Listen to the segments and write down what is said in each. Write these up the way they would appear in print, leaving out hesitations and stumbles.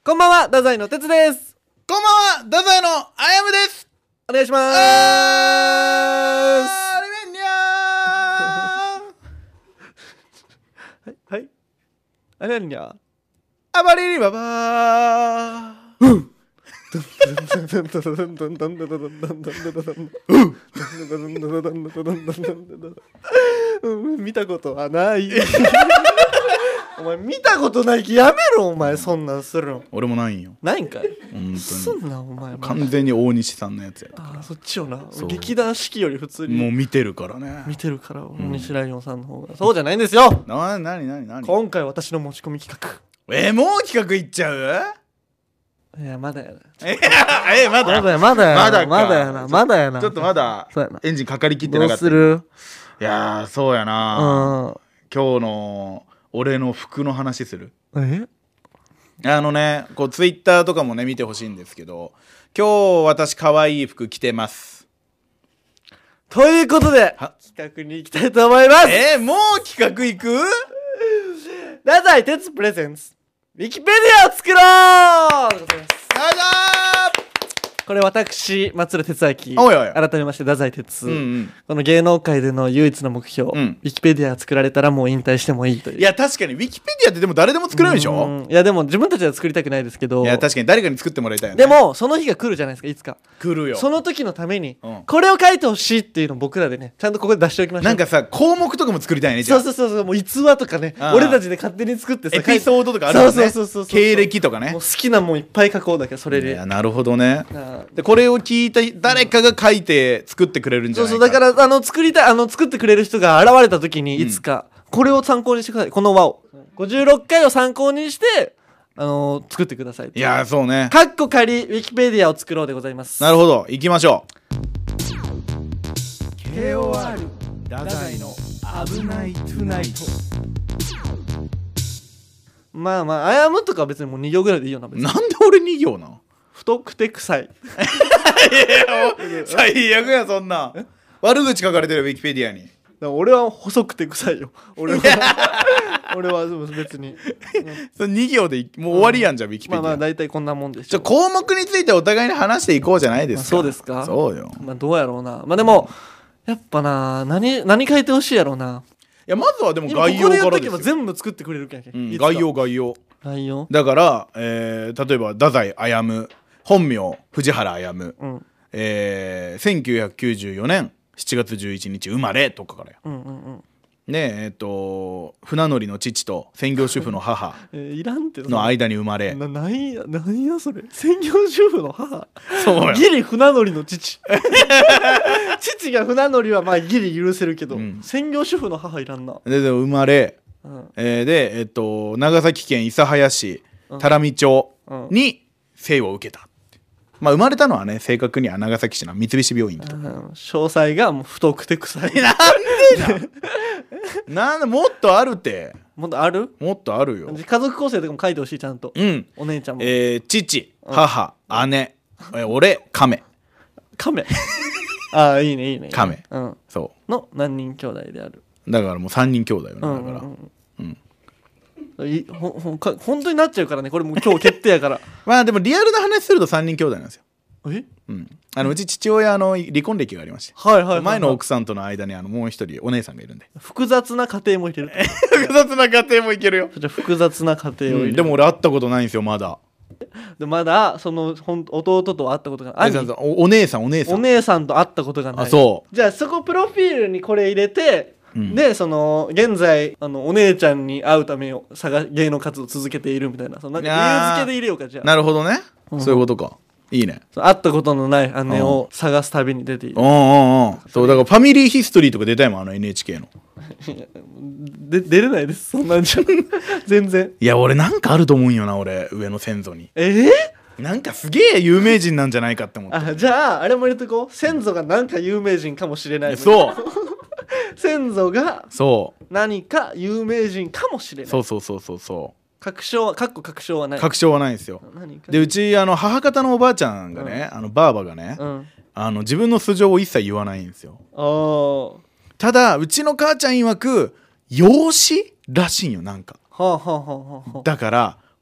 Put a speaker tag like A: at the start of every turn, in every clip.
A: こんばんは、太宰の哲です。
B: こんばんは、太宰のあやむです。
A: お願いしまーす。
B: リベンニャ
A: はい、はい。あれにゃ
B: ーあばりりばばー
A: 見たことはないお前見たことないきやめろお前そんなんするの
B: 俺もないんよ。
A: ないんかい
B: 本当に
A: すんなお前
B: 完全に大西さんのやつやった
A: あそっちよな
B: そう
A: 劇団四季より普通に
B: もう見てるからね。
A: 見てるから西ライオンさんの方がそうじゃないんですよ。
B: なに
A: 今回私の持ち込み企画
B: もう企画いっちゃう
A: いやまだやな
B: まだ
A: まだやな
B: まだか
A: まだやな
B: ちょっとまだ
A: そうやな
B: エンジンかかりきって
A: どう
B: なかった。
A: する
B: いやーそうや
A: う
B: な。
A: ん
B: 今日の俺の服の話する。
A: え
B: こうツイッターとかもね見てほしいんですけど、今日私可愛い服着てます。
A: ということで
B: は
A: 企画に行きたいと思います。
B: もう企画行く？
A: 太宰哲プレゼンツウィキペディアを作ろうでございます。これ私松浦哲明
B: おいおい
A: 改めまして太宰哲、
B: うん
A: この芸能界での唯一の目標、
B: うん
A: ウィキペディア作られたらもう引退してもいいという。
B: いや確かにウィキペディアってでも誰でも作れるでしょ。
A: いやでも自分たちは作りたくないですけど、
B: いや確かに誰かに作ってもらいたいよね。
A: でもその日が来るじゃないですかいつか。
B: 来るよ。
A: その時のために、
B: うん
A: これを書いてほしいっていうのを僕らでねちゃんとここで出しておきましょう。
B: なんかさ項目とかも作りたいね。じゃあ
A: そうもう逸話とかね
B: ああ
A: 俺たちで勝手に作ってさ
B: エピソードとかあるもんね。
A: そう
B: 経歴とかね
A: もう。好きなもんいっぱい書こうだけどそれ
B: い
A: で
B: やなるほどね。
A: ああ
B: でこれを聞いた誰かが書いて作ってくれるんじゃないか。
A: だから作りたい作ってくれる人が現れた時にいつか、これを参考にしてください。この輪を56回を参考にして作ってください。
B: いやそうね。
A: カッコ仮ウィキペディアを作ろうでございます。
B: なるほど行きましょう。
A: KOR 太宰の危ないトゥナイト。まああやむとかは別にもう2行ぐらいでいいよな別に。
B: なんで俺2行なの。
A: 太くて臭い。
B: 最悪やそんな悪口書かれてるウィキペディアに。
A: だから俺は細くて臭いよ。俺は別に。
B: それ2行でもう終わりやんじゃん、ウィキペディア。
A: 大体こんなもんでしょ。
B: 項目についてお互いに話していこうじゃないですか。
A: そうですか。
B: そうよ。
A: どうやろうな。でもやっぱな何書いてほしいやろうな。
B: いやまずはでも概要
A: ここで言っと
B: からですよ。
A: けば全部作ってくれるけん。
B: 概要
A: 概要。
B: だから、例えば太宰歩本名藤原歩1994年7月11日生まれとかからよ。で船乗りの父と専業主婦の母
A: いらんって
B: の間に生まれ。
A: 何やそれ。専業主婦の母。
B: そうよ。
A: ギリ船乗りの父。父が船乗りはまあギリ許せるけど、専業主婦の母いらんな。
B: で生まれ、で長崎県諫早市多良見町に生を受けた。まあ生まれたのはね正確には長崎市の三菱病院だと。
A: 詳細がもう太くて臭い。
B: なんでもっとあるって。
A: もっとある？
B: もっとあるよ。
A: 家族構成とかも書いてほしいちゃんと。お姉ちゃんも。
B: 父、母、姉、俺、亀。
A: ああいいね。
B: 亀。
A: そう。の何人兄弟である。
B: だからもう3人兄弟よね。だから。
A: 本当になっちゃうからねこれもう今日決定やから。
B: まあでもリアルな話すると3人兄弟なんですよ。うち父親離婚歴がありまして、前の奥さんとの間にもう一人お姉さんがいるんで
A: 複雑な家庭もいける。
B: 複雑な家庭もいけるよ。
A: じゃ複雑な家庭を入れる。
B: でも俺会ったことないんですよまだ。
A: まだその弟と会ったことがない。
B: お姉さん
A: と会ったことがない。
B: そう。
A: じゃあそこプロフィールにこれ入れて、で現在お姉ちゃんに会うために芸能活動を続けているみたいな、そのなんか理由付けで入れようか。じゃあ
B: なるほどね、そういうことか。いいね。
A: 会ったことのない姉を探す旅に出ている。
B: そうだからファミリーヒストリーとか出たいもんNHK の。
A: 出れないですそんなんじゃ。全然。
B: いや俺なんかあると思うんよな俺上の先祖に。なんかすげえ有名人なんじゃないかって思って。
A: じゃああれも入れとこう。先祖がなんか有名人かもしれない。
B: そう
A: 先祖が
B: そう
A: 何か有名人かもしれない。
B: そう確証はない。確証はないんですよ。でうち母方のおばあちゃんがね、ばあばがね、自分の素性を一切言わないんですよ。ただうちの母ちゃん曰く養子らしいんよなんか。だから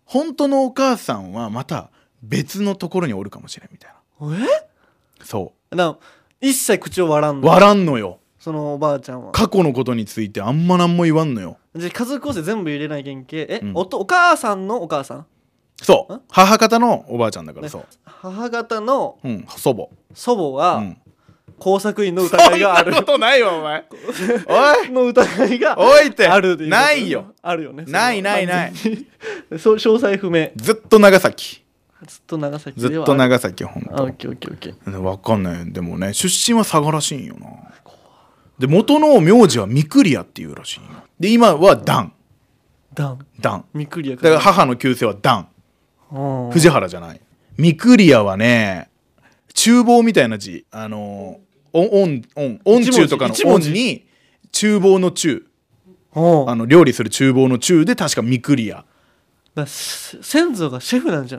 B: 本当のお母さんはまた別のところにおるかもしれんみたいな。そう
A: 一切口を割らん
B: のよ。
A: そのおばあちゃんは
B: 過去のことについてあんま何も言わんのよ。
A: じゃあ家族構成全部入れない原型お母さんのお母さん、
B: そう母方のおばあちゃんだから、そう
A: 母方の
B: 祖
A: 母は、工作員の疑いがある。
B: そんなことないわお前おい
A: の疑いが
B: おいって
A: ある。
B: ないよ。
A: あるよね。
B: ない
A: そう詳細不明。
B: ずっと長崎
A: ずっと長崎
B: ほんと
A: オッケー
B: 分かんない。でもね出身は佐賀らしいんよな。で元の名字はミクリアっていうらしいんよ。で今はダン
A: ミクリア
B: だから母の旧姓はダン藤原じゃない。ミクリアはね厨房みたいな字音中とかの音に厨房の中料理する厨房の中で確かミクリア
A: 先祖がシェフなんじゃない？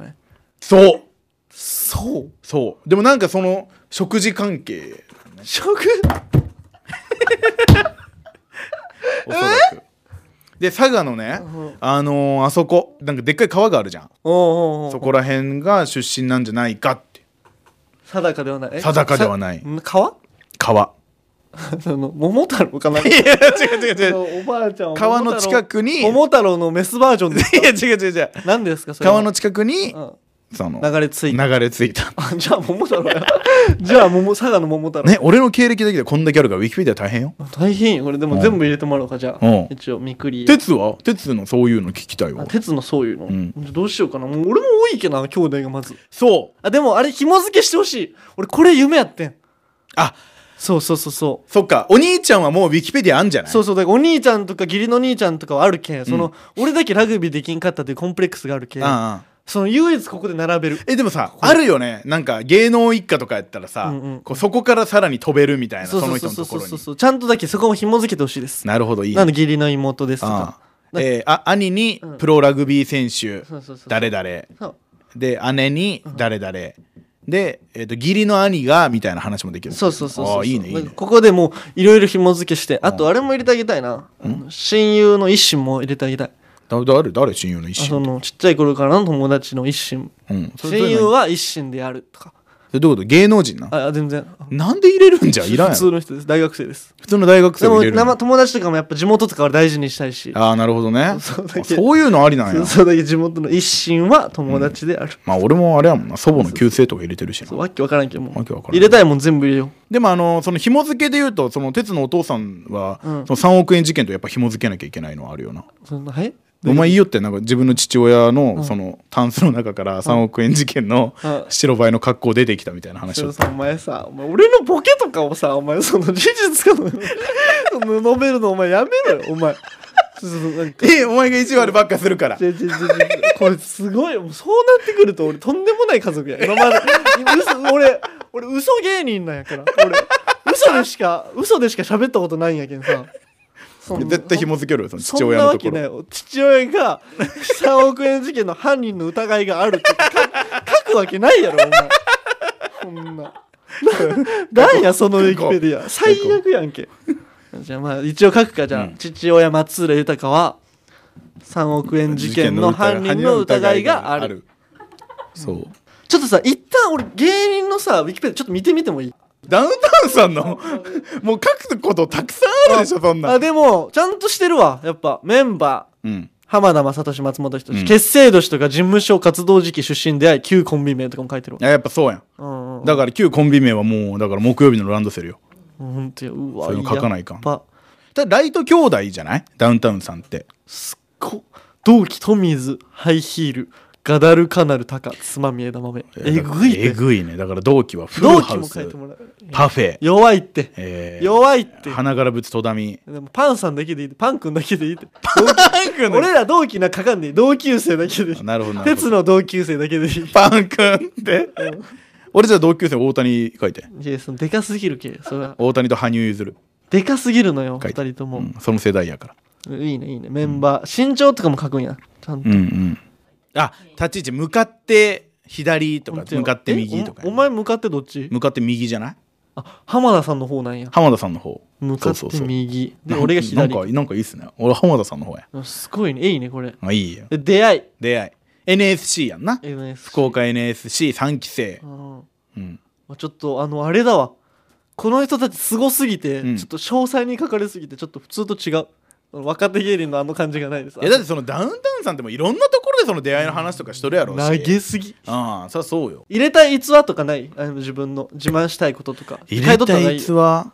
B: そうでもなんかその食事関係、おそらくで佐賀のねあそこなんかでっかい川があるじゃん。そこら辺が出身なんじゃないかって。
A: 定かではない。
B: 川
A: 桃太郎かな。いや
B: 違う
A: おばあちゃん
B: 川の近くに
A: 桃太郎のメスバージョンですか。
B: いや違う
A: 何ですかそれは。
B: 川の近くにその
A: 流れ着いたじゃあ桃太郎やじゃあ佐賀の桃太郎
B: ね。俺の経歴だけでこんだけあるからウィキペディア大変よ。
A: 大変よこれ。でも全部入れてもらおうか。じゃあ一応ミクリア。
B: 鉄のそういうの聞きたいわ。
A: 鉄のそういうのどうしようかな。もう俺も多いけどな兄弟がまず。でもあれ紐付けしてほしい。俺これ夢やってん。そうそ
B: っかお兄ちゃんはもうウィキペディアあんじゃない。
A: だからお兄ちゃんとか義理の兄ちゃんとかはあるけん俺だけラグビーできんかったっていうコンプレックスがあるけんその唯一ここで並べる。
B: でもさあるよね。なんか芸能一家とかやったらさそこからさらに飛べるみたいな。その人のところに
A: ちゃんとだけそこも紐付けてほしいです。
B: なるほど。いい。
A: なんで義理の妹ですとか
B: 兄にプロラグビー選手誰々で姉に誰々で義理の兄がみたいな話もできる。
A: そう
B: いいね。
A: ここでもういろいろ紐付けして、あとあれも入れてあげたいな。親友の一心も入れてあげたい。
B: 誰親友の一心。
A: そのちっちゃい頃からの友達の一心。親友は一心であるとか。
B: どういうこと？芸能人な？
A: 全然。
B: なんで入れるんじゃいらんやん。
A: 普通の人です。大学生です。
B: 普通の大学生を入れる。
A: でも友達とかもやっぱ地元とかは大事にしたいし。
B: なるほどね。そういうのありなんや。
A: そうだけ地元の一心は友達である。
B: 俺もあれやもんな。祖母の旧姓とか入れてるしな。
A: わけわからんけども。入れたいもん全部入れよ
B: う。でもその紐付けで言うとその鉄のお父さんはその3億円事件とやっぱ紐付けなきゃいけないのはあるよな。お前いいよってなんか自分の父親のそのタンスの中から3億円事件の白バイの格好出てきたみたいな話を。
A: お前俺のボケとかをさお前その事実かの述べるのお前やめろよお前。
B: お前が意地悪ばっかするから。
A: これすごいそうなってくると俺とんでもない家族や。今まで俺嘘芸人なんやから。俺嘘でしか喋ったことないんやけんさ。
B: 絶対紐付けろよその父親のところ。
A: そんなわけないよ。父親が3億円事件の犯人の疑いがあるって書くわけないやろお前。そんななんやそのウィキペディア最悪やんけ。じゃあ一応書くか。じゃあ父親松浦豊は3億円事件の犯人の疑いがある。
B: そう
A: ちょっとさ一旦俺芸人のさウィキペディアちょっと見てみてもいい？
B: ダウンタウンさんのもう書くことたくさんあるでしょそんな。
A: でもちゃんとしてるわやっぱ。メンバー、浜田雅俊松本人志、結成年とか事務所活動時期出身であり旧コンビ名とかも書いてるわ。
B: やっぱそうやん、だから旧コンビ名はもうだから木曜日のランドセルよ。
A: ほんとや。うわ
B: そういうの書かないかん。ただライト兄弟じゃないダウンタウンさんって。
A: 同期トミーズハイヒールガダルカナルタカつまみ枝豆。え
B: ぐいね。だから同期はフルハウスパフェ
A: 弱いって、弱いって
B: 花柄仏戸田美。
A: でもパンさんだけでいいって。パン君だけでいいって。俺ら同期なかかんでいい。同級生だけでいい。
B: なるほど。
A: 鉄の同級生だけでいい。
B: パン君って俺じゃあ同級生大谷書いて。
A: いやそのでかすぎるけそれは。
B: 大谷と羽生結弦
A: でかすぎるのよ2人とも、
B: その世代やから。
A: いいねメンバー、身長とかも書くんやちゃんと。
B: 立ち位置向かって左とか向かって右とか。
A: お前向かってどっち？
B: 向かって右じゃない？
A: 浜田さんの方なんや。
B: 浜田さんの方
A: 向かって右で俺が左。
B: なんかいいっすね。俺浜田さんの方や。
A: すごいね。いいねこれ。
B: いいよ。
A: 出会い
B: NSC やんな。
A: NSC
B: 福岡 NSC3 期生。
A: うん、ちょっとあれだわ、この人たちすごすぎて、ちょっと詳細に書かれすぎてちょっと普通と違う。若手芸人の感じがないです。
B: だってそのダウンタウンさんってもいろんなところでその出会いの話とかしとるやろうし。
A: 投げすぎ。
B: ああ、そりゃそうよ。
A: 入れたい逸話とかない？自分の自慢したいこととか。
B: 入れたい逸話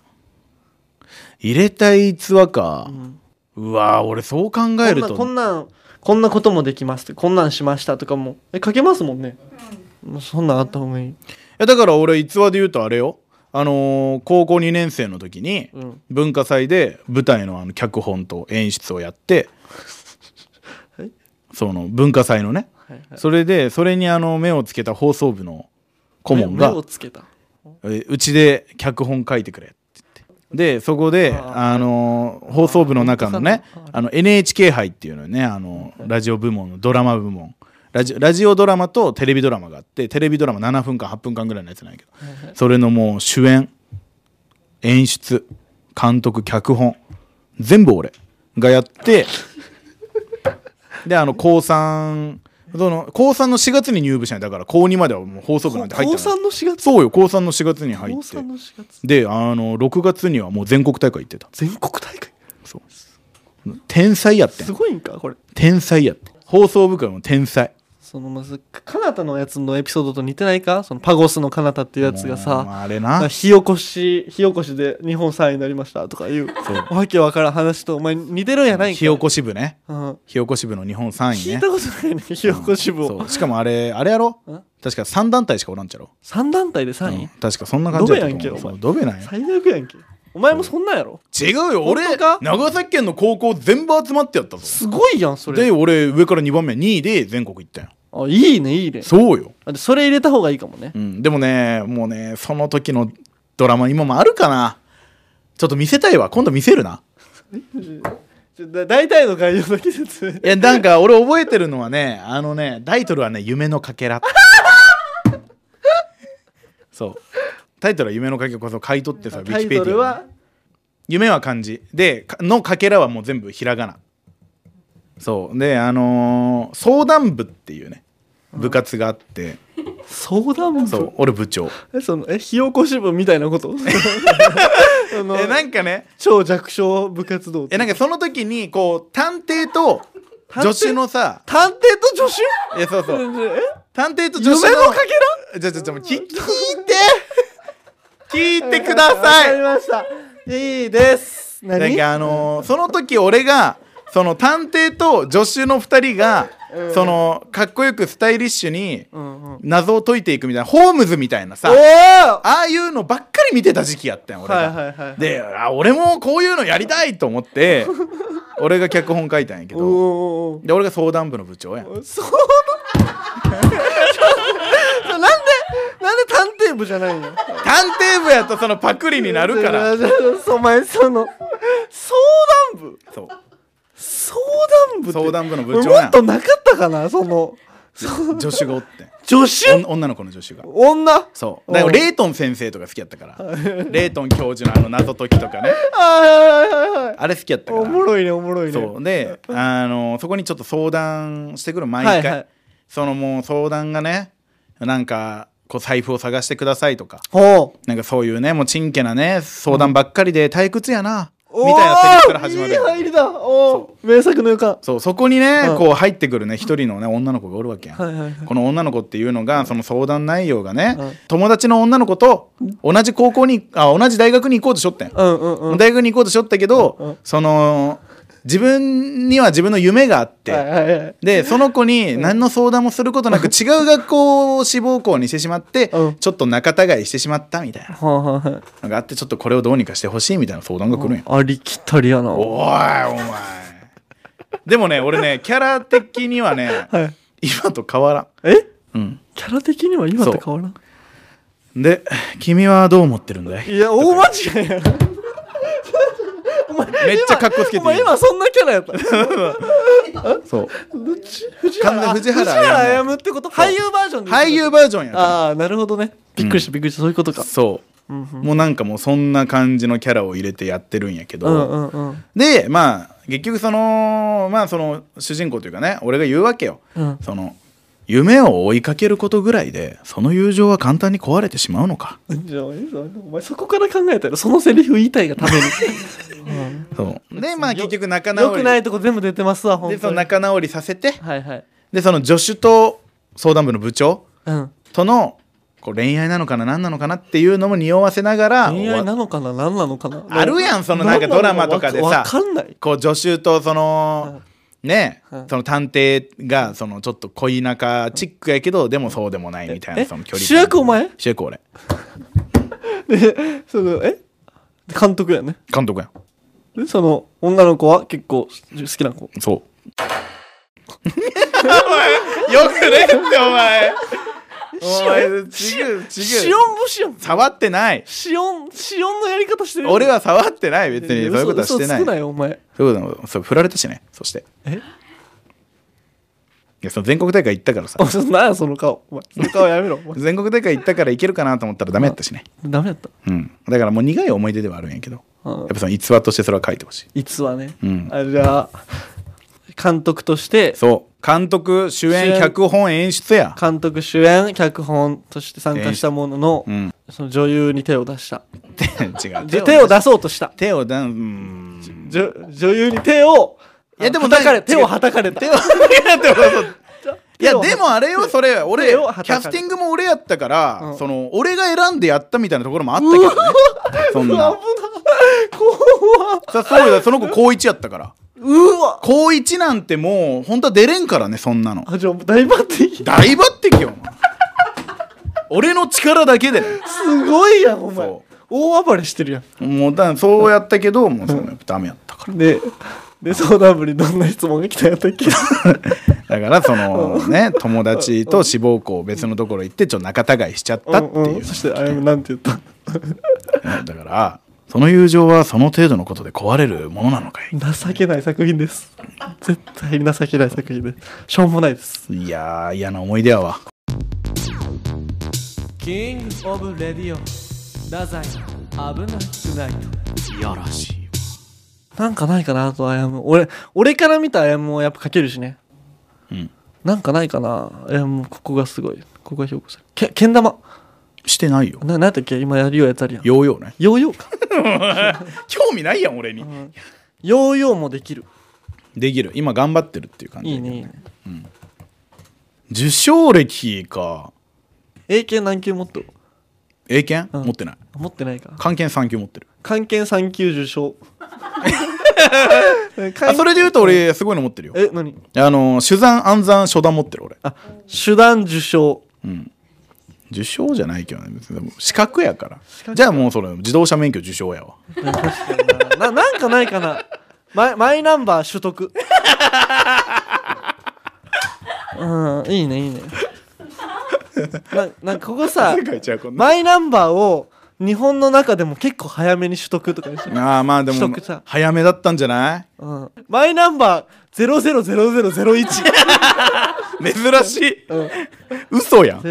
B: か、うわ俺そう考えると
A: こんなこともできますって、こんなんしましたとかも書けますもんね。もうそんなんあった方がいい。
B: だから俺逸話で言うとあれよ、高校2年生の時に文化祭で舞台の脚本と演出をやってその文化祭のね、それに目をつけた放送部の顧問がうちで脚本書いてくれって言って、でそこで放送部の中のねNHK 杯っていうのね、ラジオ部門のドラマ部門、ラジオドラマとテレビドラマがあって、テレビドラマ7分間8分間ぐらいのやつなんやけど、それのもう主演演出監督脚本全部俺がやってで高3の4月に入部したんや。だから高2まではもう放送部なんて入ってない。
A: 高3の4月？
B: そうよ、高3の4月に入って、で6月にはもう全国大会行ってた。
A: 全国大会？
B: そう天才やってん。
A: すごいんかこれ。
B: 天才やって、放送部からの天才。
A: そのまずカナタのやつのエピソードと似てないか？そのパゴスのカナタっていうやつがさ、
B: あれな、
A: 火起こしで日本3位になりましたとかいうわけわからん話とお前似てるんやないんか。
B: 火起こし部ね、火起こし部の日本3位ね。
A: 聞いたことないね、火起こし部を。
B: そうしかもあれやろ、確か3団体しかおらんちゃろ。
A: 3団体で3位、
B: 確かそんな感じだったと思う。
A: ドベやんけお前。
B: ドベなんや。
A: 最悪やんけお前もそんなんやろ。
B: 違うよ、俺長崎県の高校全部集まってやったぞ。
A: すごいやんそれ。
B: で俺上から2番目2位で全国行ったよ。
A: あ、いいねいいね。
B: そうよ。
A: それ入れた方がいいかもね。
B: でもね、もうね、その時のドラマ今もあるかな。ちょっと見せたいわ、今度見せるな。
A: 大体の概要だけ説明。
B: いやなんか俺覚えてるのはね、タイトルはね夢のかけらそうタイトルは夢のかけら、こそ買い取ってさ、ウィキペディア、夢は漢字でのかけらはもう全部ひらがな。そうで相談部っていうね部活があって、
A: 相談部？
B: そう俺部長。
A: 火起こし部みたいなこと
B: なんかね
A: 超弱小部活動
B: なんかその時にこう探偵と助手のさ、
A: 探偵と助手？
B: そう探偵と助手の
A: 夢のかけら？
B: じゃ聞いてください。
A: わかりました、いいです。
B: なんかその時俺がその探偵と助手の2人が、そのかっこよくスタイリッシュに謎を解いていくみたいな、ホームズみたいなさ、ああいうのばっかり見てた時期やったん俺が。で俺もこういうのやりたいと思って俺が脚本書いたんやけど、で俺が相談部の部長やん。
A: なんで探偵部じゃないの？
B: 探偵部やとそのパクリになるから。
A: お前相談部？そう
B: 相談部の部長やん。
A: もっとなかったかな、その
B: 助手がおって。
A: 助手？
B: 女の子の助手が。
A: 女？
B: そうだからレイトン先生とか好きやったから、レイトン教授の謎解きとかね、あれ好きやったから。
A: おもろいねおもろいね。
B: そうでそこにちょっと相談してくる毎回、そのもう相談がね、なんかこう財布を探してくださいとか、なんかそういうねもうちんけなね相談ばっかりで退屈やなみたいなセリフから始まる。いい
A: 入りだ。名作の予感。
B: そこにね、こう入ってくるね一人のね女の子がおるわけやん。この女の子っていうのがその相談内容がね、友達の女の子と同じ大学に行こうとしよってん。大学に行こうとしよったけど、その自分には自分の夢があって、でその子に何の相談もすることなく違う学校を志望校にしてしまって、ちょっと仲違いしてしまったみたいなのがあって、ちょっとこれをどうにかしてほしいみたいな相談が来るんや。
A: ありきたりやな。
B: お前でもね俺ねキャラ的にはね、今と変わらん。
A: キャラ的には今と変わらん。
B: で君はどう思ってるんだい？
A: いや大間違いや。
B: めっちゃカッコつけて
A: お前今そんなキャラやった。
B: そう
A: 藤原歩ってこと？俳優バージョンで。
B: 俳優バージョンやった。
A: ああなるほどね。びっくりしたそういうことか。
B: そうもうなんかもうそんな感じのキャラを入れてやってるんやけど、でまあ結局その主人公というかね俺が言うわけよ。その夢を追いかけることぐらいでその友情は簡単に壊れてしまうのか。
A: じゃあお前そこから考えたらそのセリフ言いたいがために、
B: そうでまあ結局仲直り
A: よくないとこ全部出てますわ本当に。
B: でその仲直りさせて、
A: はいはい、
B: でその助手と相談部の部長
A: うん
B: とのこう恋愛なのかな何なのかなっていうのも匂わせながら、
A: 恋愛なのかな何なのかな、
B: あるやんそのなんかドラマとかでさ、
A: わかんない。
B: こう助手とその、ね、
A: うん
B: その探偵がそのちょっと恋仲チックやけどでもそうでもないみたいなその距離感。
A: 主役お前？
B: 主役俺。
A: でその監督やね。
B: 監督や
A: でその女の子は結構好きな子。
B: そうよくねってお前
A: シオン節やん。
B: 触ってない。
A: シオンのやり方してる。
B: 俺は触ってない。別にそういうことはしてない。
A: 嘘つくなよお前。
B: そういうことそう振られたしね。そしていやその全国大会行ったからさ。
A: 何やその顔。お前その顔やめろ。
B: 全国大会行ったからいけるかなと思ったらダメやったしね。
A: ダメやった。
B: うんだからもう苦い思い出ではあるんやけど、やっぱその逸話としてそれは書いてほしい。
A: 逸話ね、
B: うん
A: じゃあ監督として
B: そう監督主演脚本演出や。
A: 監督主演脚本として参加したものの、その女優に手を出した。
B: 違う
A: 手を出そうとした。
B: 手を
A: 女優に手を
B: いやでも
A: 手をはたかれた。
B: いやでもあれよそれ俺キャスティングも俺やったから、その俺が選んでやったみたいなところもあったけどね。そんな
A: 怖っ。
B: そうよその子高1やったから。
A: うわ
B: 高1なんてもう本当は出れんからねそんなの。
A: じゃあ大抜擢。
B: 大抜擢よ俺の力だけでね。
A: すごいやんお前。大暴れしてるやん。
B: もうそうやったけどもうそのやっぱダメやったから。
A: で相談部にどんな質問が来たんやったっけ。
B: だからそのね友達と志望校別のところ行ってちょっと仲違いしちゃったっていう。
A: そしてあやめなんて言った。
B: だからその友情はその程度のことで壊れるものなのかい。
A: 情けない作品です。絶対に情けない作品です。しょうもないです。
B: いやー嫌な思い出やわ。
A: キングオブレディオ太宰危なくないと。
B: いやらしいわ。
A: なんかないかなとあやむ。俺から見たあやむをやっぱ書けるしね。なんかないかな。あやむここがすごい。ここが評価される。けん玉
B: してないよ。
A: なんだっけ今やるようやつあるやん。
B: ヨーヨーね。
A: ヨーヨーか。
B: 興味ないやん俺に、
A: ヨーヨーもできる。
B: できる。今頑張ってるっていう感じ。
A: いいねいいね、
B: 受賞歴か。
A: 英検何級持っとる？
B: 英検、持ってない。
A: 持ってないか。
B: 漢検3級持ってる。
A: 漢検3級受賞。
B: それで言うと俺すごいの持ってるよ。
A: 何？
B: 手段暗算初段持ってる俺。
A: 手段受賞。
B: 受賞じゃないけどね。別に資格やから。じゃあもうそれ自動車免許受賞やわ。
A: なんかないかな。マイナンバー取得。いいねいいね。なんかここさマイナンバーを日本の中でも結構早めに取得とかにして。
B: まあでも早めだったんじゃない？
A: マイナンバー000001。
B: 珍しい。嘘やん。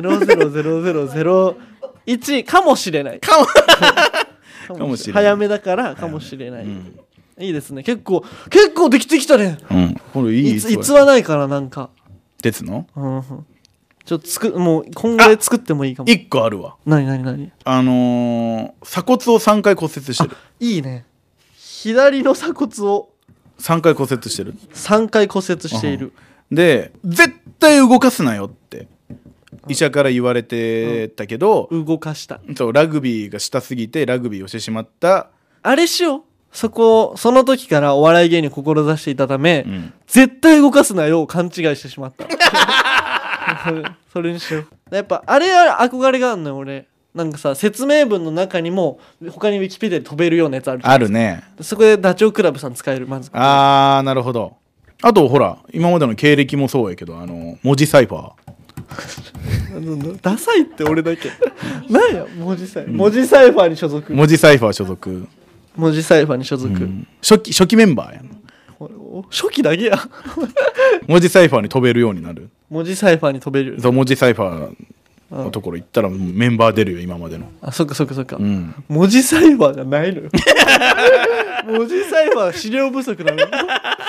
A: 000001かもしれない。かもしれない。早めだからかもしれない。いいですね。結構できてきたね。
B: これいい。
A: 逸話ないからなんか。
B: ですの？
A: ちょっともう今後で作ってもいいかも。
B: 1個あるわ。
A: 何
B: 鎖骨を3回骨折してる。
A: いいね。左の鎖骨を
B: 3回骨折してる。
A: 3回骨折している。
B: で絶対動かすなよって医者から言われてたけど、
A: 動かした。
B: そうラグビーがしたすぎてラグビーをしてしまった。あ
A: れしよう。その時からお笑い芸人を志していたため、絶対動かすなよを勘違いしてしまった。それにしよう。やっぱあれ憧れがあるのよ俺。なんかさ説明文の中にも他にウィキペディアで飛べるようなやつあるじゃん。
B: あるね。
A: そこでダチョウ倶楽部さん使えるまず。
B: なるほど。あとほら今までの経歴もそうやけど文字サイファ
A: ー。ダサいって俺だけ。なんや文字サイファーに所属。
B: 文字サイファー所属。
A: 文字サイファーに所属。
B: 初期メンバーやん。
A: 初期だけや。
B: 文字サイファーに飛べるようになる。
A: 文字サイファーに飛べる。
B: そう文字サイファーのところ行ったらメンバー出るよ今までの。
A: そっか、文字サイファーがないのよ。文字サイファー資料不足なの。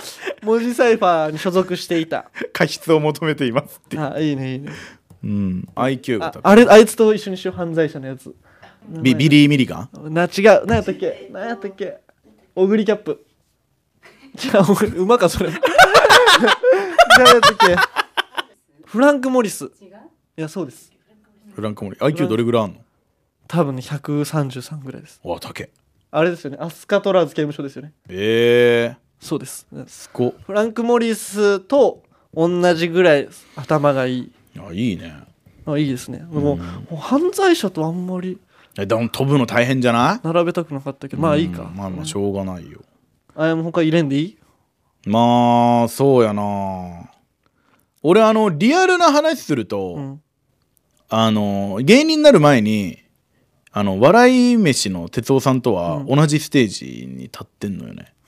A: 文字サイファーに所属していた。
B: 過失を求めていますって。
A: あ、いいねいいね。
B: うん、IQ が高い。
A: あいつと一緒にしよう、犯罪者のやつ。
B: ビリー・ミリガン。
A: 違う、何やったっけオグリキャップ。違う、うまかそれ。何やったっけフランク・モリス。いや、そうです。
B: フランク・モリス IQ どれぐらいあんの？
A: 多分ね、133ぐらいです。
B: わ、高え。
A: あれですよね、アスカトラーズ刑務所ですよね。そうです。
B: すご。
A: フランク・モリスと同じぐらい頭がいい。
B: いいね。
A: いいですね。もう犯罪者とあんまり
B: でも飛ぶの大変じゃない？
A: 並べたくなかったけど、まあいいか。
B: まあしょうがないよ。
A: もう他入れんでいい？
B: まあそうやな。俺リアルな話すると、芸人になる前に笑い飯の哲夫さんとは同じステージに立ってんのよね。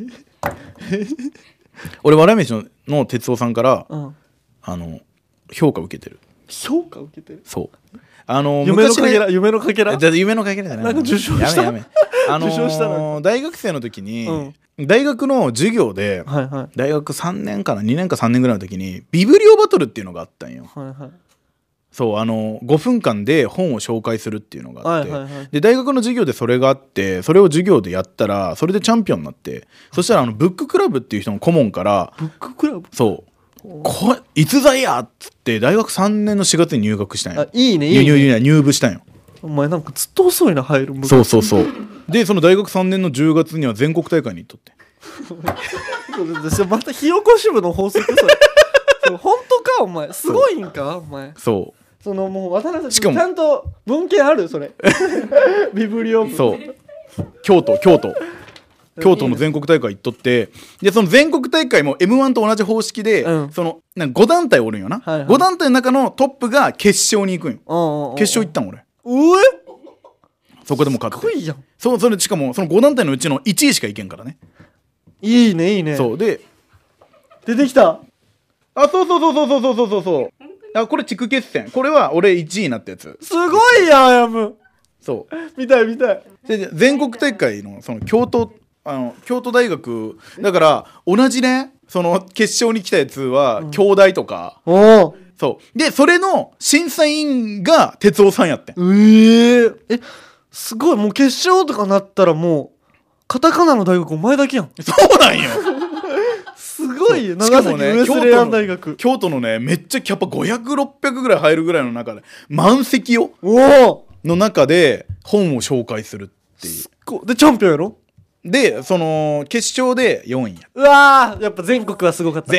B: 俺笑い飯の哲夫さんから、評価受けてる。
A: 評価受けてる。
B: そう。
A: 夢のかけら。夢のかけら
B: だね。なんか
A: 受賞した。
B: やめ。受賞したの。大学生の時に、大学の授業で、大学3年かな2年か3年ぐらいの時にビブリオバトルっていうのがあったんよ。そう5分間で本を紹介するっていうのがあって、で大学の授業でそれがあって、それを授業でやったらそれでチャンピオンになって、そしたらブッククラブっていう人の顧問から、
A: ブッククラブ、
B: そうこれ逸材やっつって大学3年の4月に入学したんよ。
A: いいね。
B: 入部したんよ。
A: お前なんかずっと遅いな、入る。
B: そうでその大学3年の10月には全国大会に行っとって
A: また火起こし部の法則それ本当かお前、すごいんかお前。
B: そう
A: もう渡辺さんしかもちゃんと文献あるそれビブリオ部。
B: そう京都の全国大会行っとって、でその全国大会も M1 と同じ方式で、なんか5団体おるんよな、5団体の中のトップが決勝に行くんよ。決勝行ったん俺。そこでも勝って。
A: すごいやん。
B: それしかもその5団体のうちの1位しか行けんからね。
A: いいね。
B: そうで
A: 出てきた。
B: そうこれ地区決戦。これは俺1位になったやつ。
A: すごいやん、やむ。
B: そう
A: 見たい。
B: で全国大会のその京都大学だから、同じねその決勝に来たやつは京大とか、そうでそれの審査員が哲夫さんやってん。
A: すごい。もう決勝とかなったらもうカタカナの大学お前だけやん。
B: そうなんよ。
A: すごいよ。長崎ウエスレアン大学、
B: 京都のねめっちゃキャパ500600ぐらい入るぐらいの中で満席よの中で本を紹介するっていう。
A: でチャンピオンやろ。
B: でその決勝で4位や。
A: うわー、やっぱ全国はすごかった。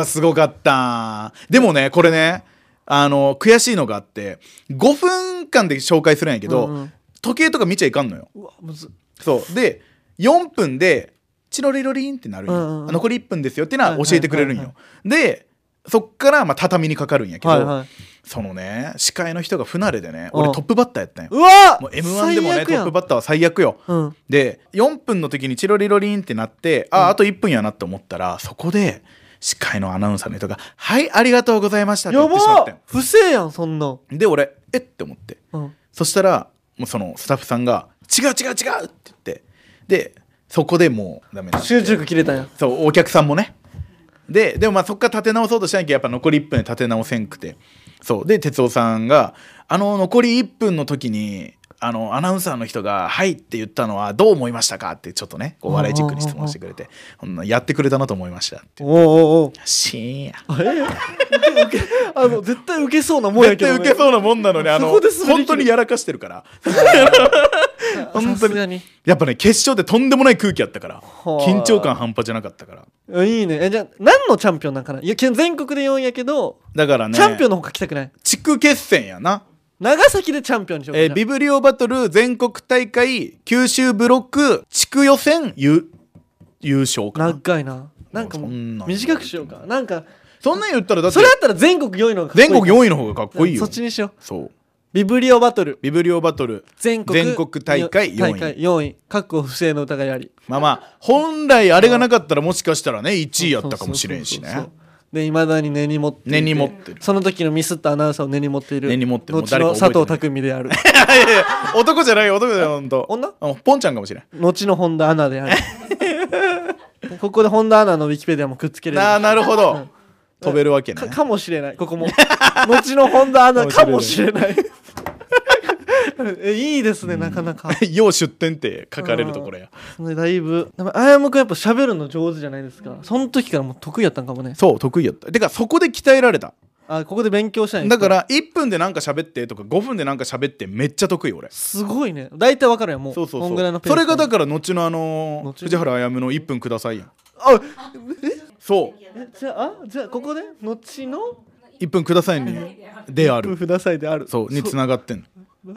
B: でもねこれね悔しいのがあって、5分間で紹介するんやけど、時計とか見ちゃいかんのよ。
A: むず。
B: そうで4分でチロリロリンってなるんよ、残り1分ですよってのは教えてくれるんよ。でそっから畳にかかるんやけど、そのね司会の人が不慣れでね、俺トップバッターやったんよ。もう M1 でもねトップバッターは最悪よ。で4分の時にチロリロリンってなって、あと1分やなって思ったら、そこで司会のアナウンサーの人が「はいありがとうございました」って言ってしまってん。
A: 不正やんそんな。
B: で俺って思って、そしたらもうそのスタッフさんが「違う」って言って、でそこでもうダメだ。
A: 集中力切れたんや。
B: そうお客さんもね。でもまあそっから立て直そうとしたんやけど、やっぱ残り1分で立て直せんくて、そうで哲夫さんが残り1分の時にアナウンサーの人が「はい」って言ったのはどう思いましたかってちょっとねこう笑いチックに質問してくれて、やってくれたなと思いましたって。シーンや
A: 絶対受けそうなもんやけど、ね、
B: 絶対受けそうなもんなのに本当にやらかしてるから本当にやっぱね決勝でとんでもない空気やったから、緊張感半端じゃなかったから。
A: いいね。じゃあ何のチャンピオンなんかな。いや全国で4位やけど、
B: だからね
A: チャンピオンの方が来たくない。
B: 地区決戦やな。
A: 長崎でチャンピオンにしようか。
B: ビブリオバトル全国大会九州ブロック地区予選優勝かな。
A: 長いな。なんかもう短くしようか。なんか
B: そんなん言ったらだって
A: それだったら全国4位の方がかっこいい。
B: 全国4位の方がかっこいいよ。
A: そっちにしよう。
B: そう
A: ビブリオバトル
B: 全国大会
A: 4位確保不正の疑いあり。
B: まあ本来あれがなかったらもしかしたらね1位やったかもしれんしね。
A: でいまだに根に持って
B: る。
A: その時のミスったアナウンサーを根に持っている。後の佐藤匠である。
B: 男じゃないよ。本当。
A: 女？
B: ポンちゃんかもしれん。
A: 後の本田アナである。 ここで本田アナのウィキペディアもくっつけれる。
B: なるほど、飛べるわけね。
A: かもしれない、ここも後の本田アナかもしれないいいですね、なかなか
B: 要出店って書かれるところや。
A: だいぶあやむくんやっぱ喋るの上手じゃないですか。その時からもう得意やったんかもね。
B: そう得意やった。てかそこで鍛えられた。
A: ここで勉強したんや。
B: だから1分でなんか喋ってとか5分でなんか喋ってめっちゃ得意俺。
A: すごいね。大体わかるやんもう。
B: そう
A: こんぐらいのペース。
B: それがだから後の藤原あやむの1分くださいやん。そう
A: じゃあここで後の
B: 1分くださいにである。
A: 1分くださいである。
B: そうに繋がってんの。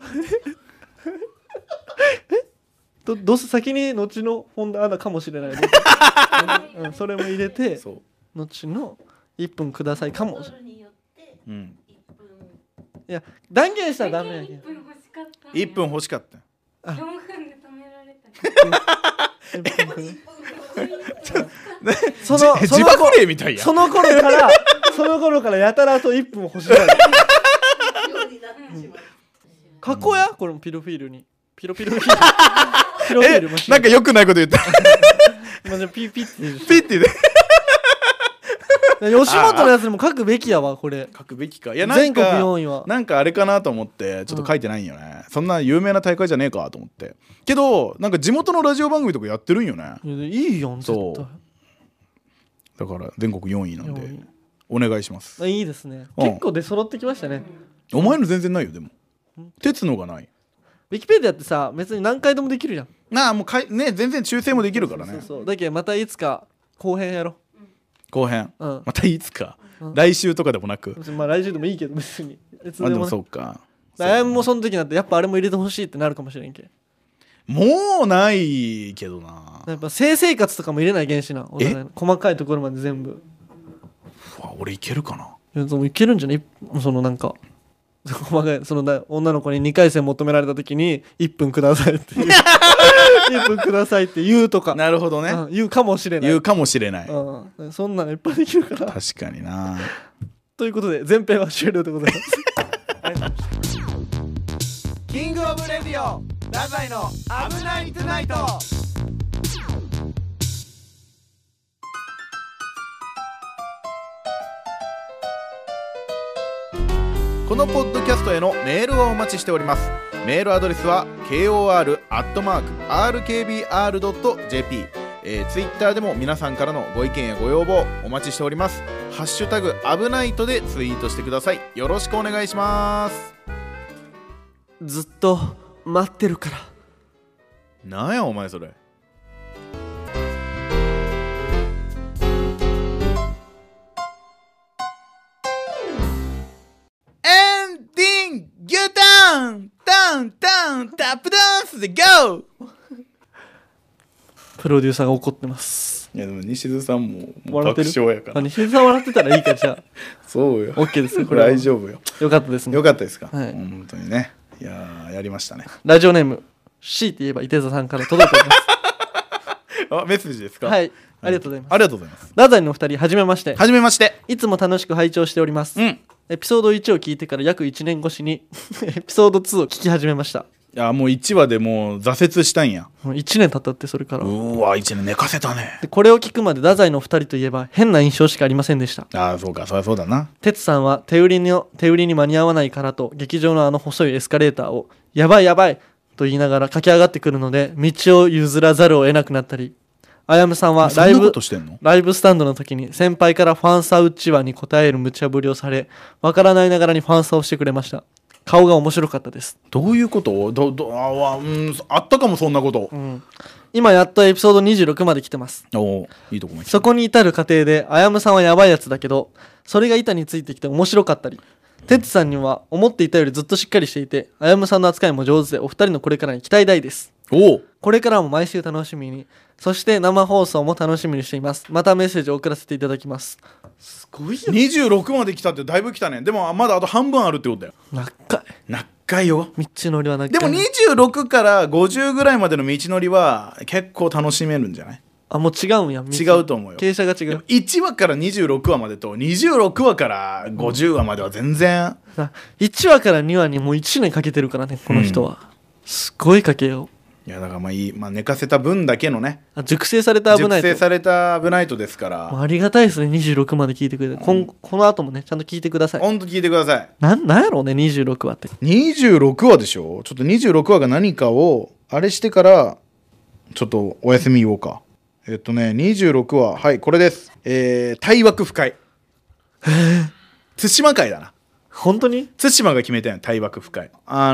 A: どうせ先に後の本田アナかもしれないそれも入れて後の1分くださいかも。いや断言したらダメやけど
B: 1分欲しかった。
C: 4分で止められた。
B: 自爆霊みたいや。
A: その頃からやたらと1分欲しい加工やこれもピロフィールにピロフィール
B: なんか良くないこと言った
A: ピッ
B: てね
A: 吉本のやつにも書くべきやわこれ。
B: 書くべきか。いや
A: 全国4位は
B: なんかあれかなと思ってちょっと書いてないんよね、そんな有名な大会じゃねえかと思ってけどなんか地元のラジオ番組とかやってるんよね。
A: いいよ絶対。
B: だから全国4位なんでお願いします。
A: いいですね、結構出揃ってきましたね。
B: お前の全然ないよ。でも鉄のがない。
A: ウィキペディアってさ別に何回でもできるじゃん。
B: もうね全然修正もできるからね。
A: そうだけどまたいつか後編やろ。
B: 後編、またいつか、来週とかでもなく、
A: まあ来週でもいいけど別に
B: でもそうか。
A: あやむもその時になってやっぱあれも入れてほしいってなるかもしれんけ。
B: もうないけどな。
A: やっぱ性生活とかも入れない原子な。細かいところまで全部。
B: 俺いけるかな。
A: いけるんじゃない。そのなんか細かいその女の子に2回戦求められた時に1分くださいって言う1分くださいって言うとか。
B: なるほどね、
A: 言うかもしれない。そんなのいっぱいできるから。
B: 確かにな。
A: ということで前編は終了でございます
D: キングオブレディオ太宰の危ないトゥナイト。
B: このポッドキャストへのメールをお待ちしております。メールアドレスは kor@rkbr.jp、ツイッターでも皆さんからのご意見やご要望お待ちしております。ハッシュタグ危ないとでツイートしてください。よろしくお願いします。
A: ずっと待ってるから。
B: なんやお前それ。タップダンスで GO。
A: プロデューサーが怒ってます。
B: いやでも西津さんも爆笑やから。
A: 西津さん笑ってたらいいからじゃあ
B: そうよ
A: OK ですよ。
B: これ大丈夫よ。
A: よかったですね。
B: よかったですか、
A: はい、
B: 本当にね。いややりましたね。
A: ラジオネーム C って言えば伊手座さんから届いております
B: メッセージですか。
A: はい、ありがとうございます。
B: ありがとうございます。
A: 太宰のお二人はじめまして。
B: はじめまして。
A: いつも楽しく拝聴しております、エピソード1を聞いてから約1年越しにエピソード2を聞き始めました。
B: いやもう1話でもう挫折したんや。
A: もう1年経ったって。それから
B: うわ1年寝かせたね。
A: でこれを聞くまで太宰のお二人といえば変な印象しかありませんでした。
B: そうかそりゃそうだな。
A: 哲さんは手売りに間に合わないからと劇場の細いエスカレーターをやばいやばいと言いながら駆け上がってくるので道を譲らざるを得なくなったり、あやむさんはライブスタンドの時に先輩からファンサうちわに答える無茶ぶりをされ、わからないながらにファンサをしてくれました。顔が面白かったです。
B: どういうこと？あったかもそんなこと、
A: 今やっとエピソード26まで来てます。
B: いいとこまで来た。
A: そこに至る過程であやむさんはやばいやつだけど、それが板についてきて面白かったり、てつさんには思っていたよりずっとしっかりしていて、あやむさんの扱いも上手で、お二人のこれからに期待大です。これからも毎週楽しみに、そして生放送も楽しみにしています。またメッセージを送らせていただきます。すごいよ。
B: 26まで来たってだいぶ来たね。でもまだあと半分あるってことだよ。長いよ。
A: 道のりは長い。
B: でも26から50ぐらいまでの道のりは結構楽しめるんじゃない？
A: もう違うんや。
B: 違うと思うよ。
A: 傾斜が違う。
B: 1話から26話までと26話から50話までは全然、
A: 1話から2話にもう1年かけてるからねこの人は、すごいかけよう。
B: いやだからまあいい、まあ、寝かせた分だけのね、
A: 熟成された危ないと、
B: 熟成された危ないとですから、
A: ありがたいですね。26まで聞いてくれて、この後もねちゃんと聞いてください。
B: ほんと聞いてください。
A: なんやろうね26話って。
B: 26話でしょ。ちょっと26話が何かをあれしてからちょっとお休み言おうか。26話、はいこれです。大枠深い。対馬会だな。
A: 本当に
B: 対馬が決めたよ、大枠深い。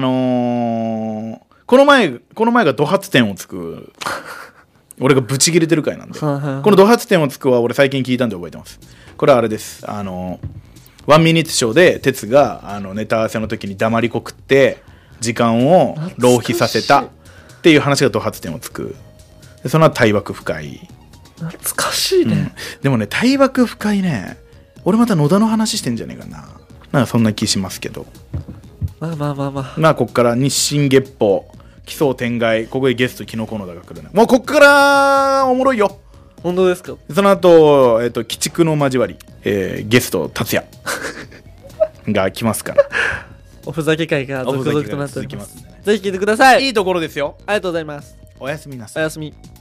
B: この前がド発点をつく俺がブチ切れてる回なんで、このド発点をつくは俺最近聞いたんで覚えてます。これはあれです。ワンミニッツショーで哲がネタ合わせの時に黙りこくって時間を浪費させたっていう話がド発点をつく。でその後大枠深い。
A: 懐かしいね、
B: でもね大枠深いね、俺また野田の話してんじゃねえかな。なんかそんな気しますけど、まあこっから日進月歩奇想天外、ここでゲストキノコ野田が来るね。もうこっからおもろいよ。
A: 本当ですか。
B: その後鬼畜の交わり、ゲスト達也が来ますから
A: おふざけ会が続々となっております。
B: ね、
A: ぜひ聞いてください。
B: いいところですよ。
A: ありがとうございます。
B: おやすみなさい。
A: おやすみ。